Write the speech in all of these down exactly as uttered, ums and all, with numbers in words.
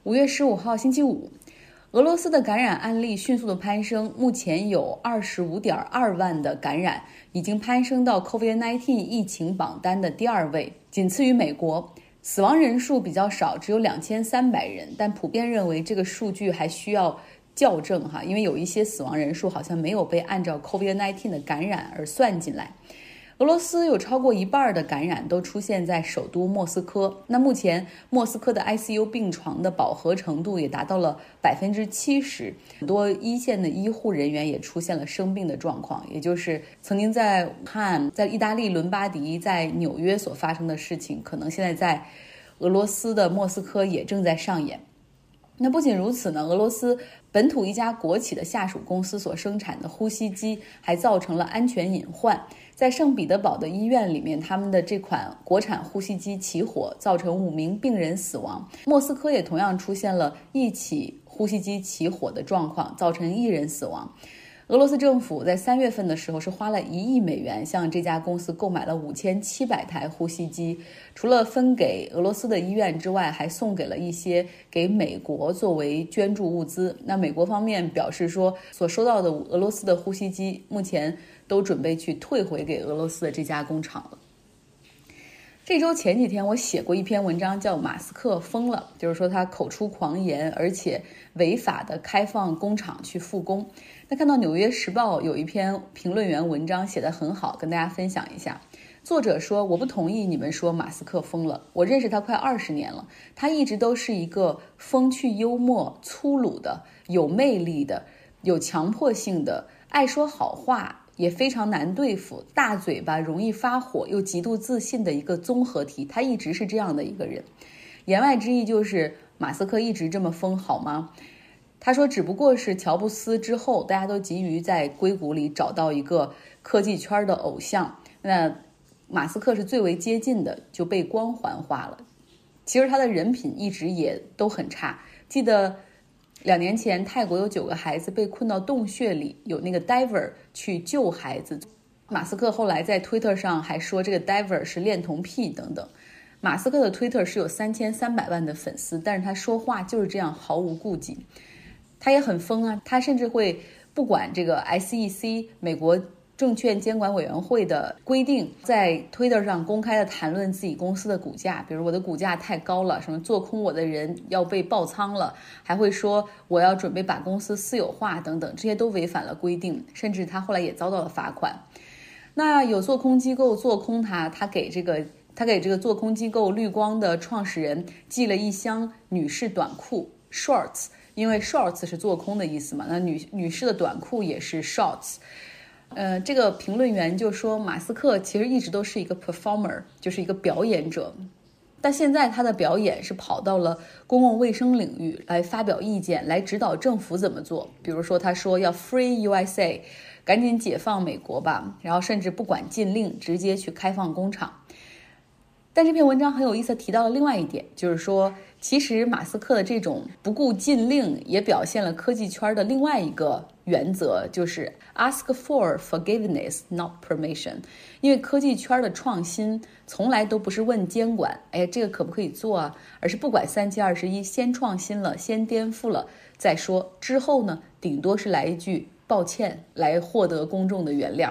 五月十五号星期五，俄罗斯的感染案例迅速的攀升，目前有 二十五点二万的感染，已经攀升到 COVID 十九 疫情榜单的第二位，仅次于美国。死亡人数比较少，只有两千三百人，但普遍认为这个数据还需要校正哈，因为有一些死亡人数好像没有被按照 COVID 十九 的感染而算进来。俄罗斯有超过一半的感染都出现在首都莫斯科，那目前莫斯科的 I C U 病床的饱和程度也达到了百分之七十，很多一线的医护人员也出现了生病的状况，也就是曾经在武汉、在意大利伦巴第、在纽约所发生的事情，可能现在在俄罗斯的莫斯科也正在上演。那不仅如此呢，俄罗斯本土一家国企的下属公司所生产的呼吸机还造成了安全隐患。在圣彼得堡的医院里面，他们的这款国产呼吸机起火，造成五名病人死亡。莫斯科也同样出现了一起呼吸机起火的状况，造成一人死亡。俄罗斯政府在三月份的时候是花了一亿美元向这家公司购买了五千七百台呼吸机，除了分给俄罗斯的医院之外，还送给了一些给美国作为捐助物资。那美国方面表示说，所收到的俄罗斯的呼吸机目前都准备去退回给俄罗斯的这家工厂了。这周前几天我写过一篇文章叫马斯克疯了，就是说他口出狂言，而且违法的开放工厂去复工。那看到纽约时报有一篇评论员文章写得很好，跟大家分享一下。作者说，我不同意你们说马斯克疯了，我认识他快二十年了，他一直都是一个风趣幽默、粗鲁的、有魅力的、有强迫性的、爱说好话，也非常难对付，大嘴巴容易发火又极度自信的一个综合体，他一直是这样的一个人。言外之意就是马斯克一直这么疯好吗？他说只不过是乔布斯之后大家都急于在硅谷里找到一个科技圈的偶像，那马斯克是最为接近的，就被光环化了。其实他的人品一直也都很差，记得两年前泰国有九个孩子被困到洞穴里，有那个 diver 去救孩子，马斯克后来在 Twitter 上还说这个 diver 是恋童癖等等。马斯克的 Twitter 是有三千三百万的粉丝，但是他说话就是这样毫无顾忌。他也很疯啊，他甚至会不管这个 S E C 美国证券监管委员会的规定，在 Twitter 上公开的谈论自己公司的股价，比如我的股价太高了，什么做空我的人要被爆仓了，还会说我要准备把公司私有化等等，这些都违反了规定，甚至他后来也遭到了罚款。那有做空机构做空他，他给这个他给这个做空机构绿光的创始人寄了一箱女士短裤 shorts， 因为 shorts 是做空的意思嘛，那女女士的短裤也是 shorts。呃，这个评论员就说马斯克其实一直都是一个 performer， 就是一个表演者，但现在他的表演是跑到了公共卫生领域来发表意见，来指导政府怎么做。比如说他说要 free U S A， 赶紧解放美国吧，然后甚至不管禁令，直接去开放工厂。但这篇文章很有意思，提到了另外一点，就是说其实马斯克的这种不顾禁令也表现了科技圈的另外一个原则，就是 ask for forgiveness not permission。 因为科技圈的创新从来都不是问监管哎，这个可不可以做啊，而是不管三七二十一，先创新了，先颠覆了再说，之后呢顶多是来一句抱歉，来获得公众的原谅。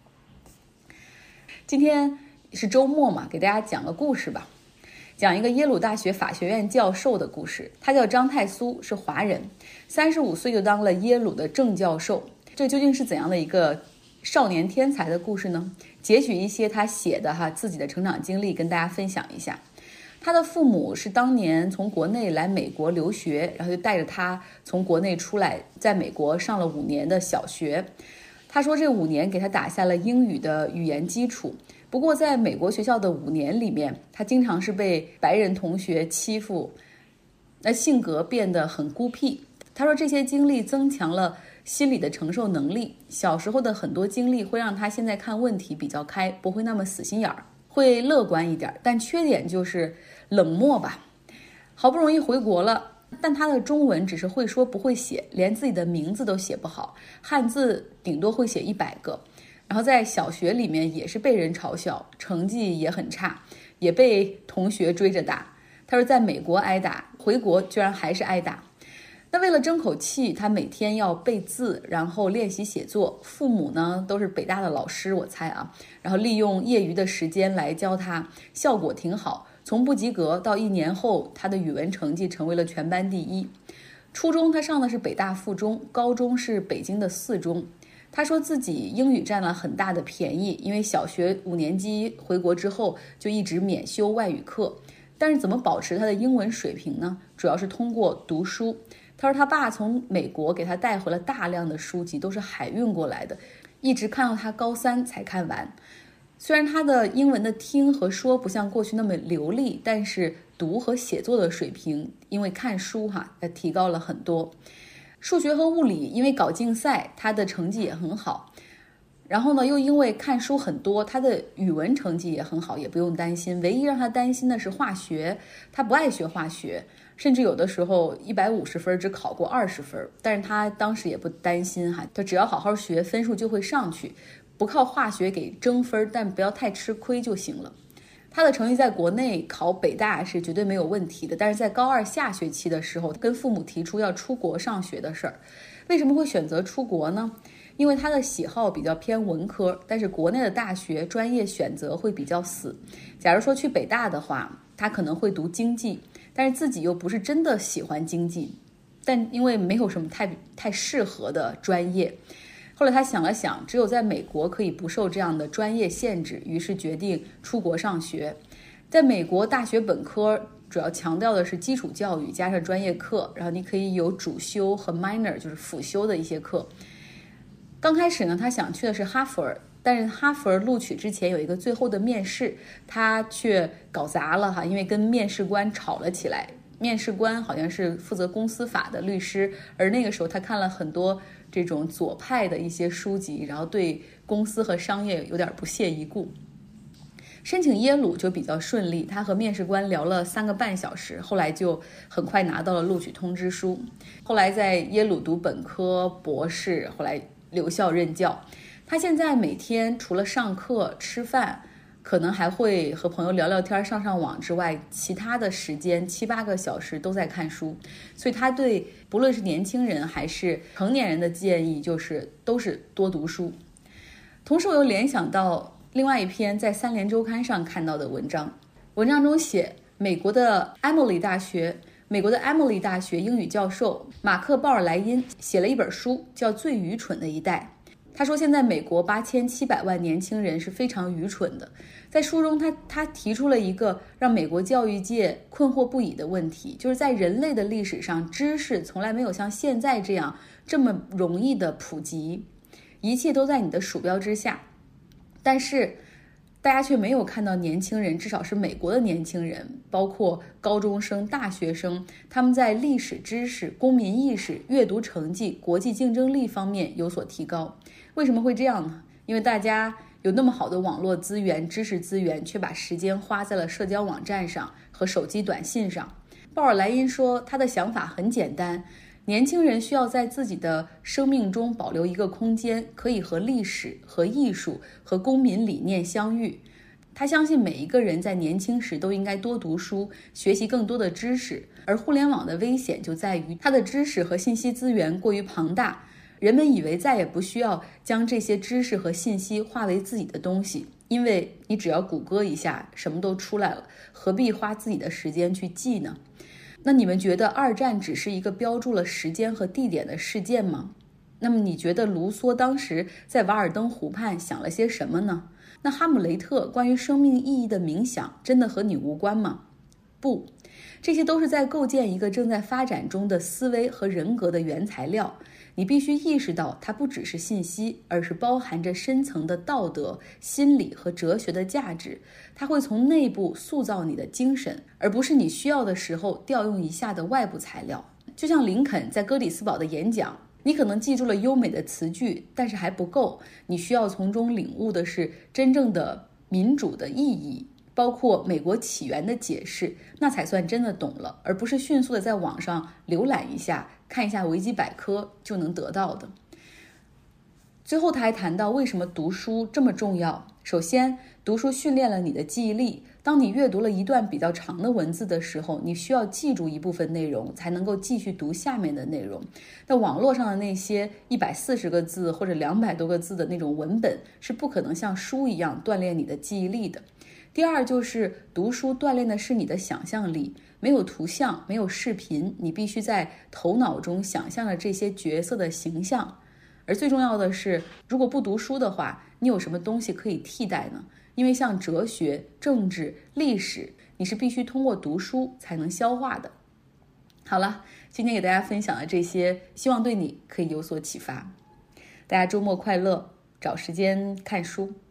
今天是周末嘛，给大家讲个故事吧，讲一个耶鲁大学法学院教授的故事。他叫张太苏，是华人，三十五岁就当了耶鲁的正教授。这究竟是怎样的一个少年天才的故事呢？截取一些他写的哈自己的成长经历跟大家分享一下。他的父母是当年从国内来美国留学，然后就带着他从国内出来，在美国上了五年的小学。他说这五年给他打下了英语的语言基础。不过在美国学校的五年里面，他经常是被白人同学欺负，那性格变得很孤僻。他说这些经历增强了心理的承受能力，小时候的很多经历会让他现在看问题比较开，不会那么死心眼儿，会乐观一点，但缺点就是冷漠吧。好不容易回国了，但他的中文只是会说不会写，连自己的名字都写不好，汉字顶多会写一百个。然后在小学里面也是被人嘲笑，成绩也很差，也被同学追着打。 他说在美国挨打，回国居然还是挨打。那为了争口气，他每天要背字，然后练习写作。父母呢都是北大的老师，我猜啊，然后利用业余的时间来教他，效果挺好。从不及格到一年后，他的语文成绩成为了全班第一。初中他上的是北大附中，高中是北京的四中。他说自己英语占了很大的便宜，因为小学五年级回国之后就一直免修外语课。但是怎么保持他的英文水平呢？主要是通过读书。他说他爸从美国给他带回了大量的书籍，都是海运过来的，一直看到他高三才看完。虽然他的英文的听和说不像过去那么流利，但是读和写作的水平因为看书哈，提高了很多。数学和物理因为搞竞赛，他的成绩也很好。然后呢，又因为看书很多，他的语文成绩也很好，也不用担心。唯一让他担心的是化学，他不爱学化学，甚至有的时候一百五十分只考过二十分。但是他当时也不担心哈，他只要好好学，分数就会上去，不靠化学给争分，但不要太吃亏就行了。他的成绩在国内考北大是绝对没有问题的，但是在高二下学期的时候，跟父母提出要出国上学的事儿。为什么会选择出国呢？因为他的喜好比较偏文科，但是国内的大学专业选择会比较死。假如说去北大的话，他可能会读经济，但是自己又不是真的喜欢经济，但因为没有什么太太适合的专业。后来他想了想，只有在美国可以不受这样的专业限制，于是决定出国上学。在美国大学本科主要强调的是基础教育加上专业课，然后你可以有主修和 minor 就是辅修的一些课。刚开始呢，他想去的是哈佛，但是哈佛录取之前有一个最后的面试，他却搞砸了哈，因为跟面试官吵了起来。面试官好像是负责公司法的律师，而那个时候他看了很多这种左派的一些书籍，然后对公司和商业有点不屑一顾。申请耶鲁就比较顺利，他和面试官聊了三个半小时，后来就很快拿到了录取通知书。后来在耶鲁读本科、博士，后来留校任教。他现在每天除了上课、吃饭，可能还会和朋友聊聊天、上上网之外，其他的时间七八个小时都在看书。所以他对不论是年轻人还是成年人的建议就是都是多读书。同时我又联想到另外一篇在三联周刊上看到的文章，文章中写美国的 Emory 大学美国的 Emory 大学英语教授马克·鲍尔莱因写了一本书，叫《最愚蠢的一代》。他说现在美国八千七百万年轻人是非常愚蠢的。在书中他他提出了一个让美国教育界困惑不已的问题，就是在人类的历史上，知识从来没有像现在这样这么容易的普及，一切都在你的鼠标之下。但是大家却没有看到年轻人，至少是美国的年轻人，包括高中生、大学生，他们在历史知识、公民意识、阅读成绩、国际竞争力方面有所提高。为什么会这样呢？因为大家有那么好的网络资源、知识资源，却把时间花在了社交网站上和手机短信上。鲍尔莱因说，他的想法很简单，年轻人需要在自己的生命中保留一个空间，可以和历史、和艺术、和公民理念相遇。他相信每一个人在年轻时都应该多读书，学习更多的知识，而互联网的危险就在于它的知识和信息资源过于庞大，人们以为再也不需要将这些知识和信息化为自己的东西，因为你只要谷歌一下，什么都出来了，何必花自己的时间去记呢？那你们觉得二战只是一个标注了时间和地点的事件吗？那么你觉得卢梭当时在瓦尔登湖畔想了些什么呢？那哈姆雷特关于生命意义的冥想真的和你无关吗？不，这些都是在构建一个正在发展中的思维和人格的原材料。你必须意识到，它不只是信息，而是包含着深层的道德、心理和哲学的价值。它会从内部塑造你的精神，而不是你需要的时候调用一下的外部材料。就像林肯在哥里斯堡的演讲，你可能记住了优美的词句，但是还不够，你需要从中领悟的是真正的民主的意义，包括美国起源的解释，那才算真的懂了，而不是迅速的在网上浏览一下，看一下维基百科就能得到的。最后他还谈到为什么读书这么重要。首先，读书训练了你的记忆力， 当你阅读了一段比较长的文字的时候，你需要记住一部分内容，才能够继续读下面的内容。那网络上的那些一百四十个字或者两百多个字的那种文本，是不可能像书一样锻炼你的记忆力的。第二就是读书锻炼的是你的想象力，没有图像，没有视频，你必须在头脑中想象着这些角色的形象。而最重要的是，如果不读书的话，你有什么东西可以替代呢？因为像哲学、政治、历史，你是必须通过读书才能消化的。好了，今天给大家分享的这些，希望对你可以有所启发。大家周末快乐，找时间看书。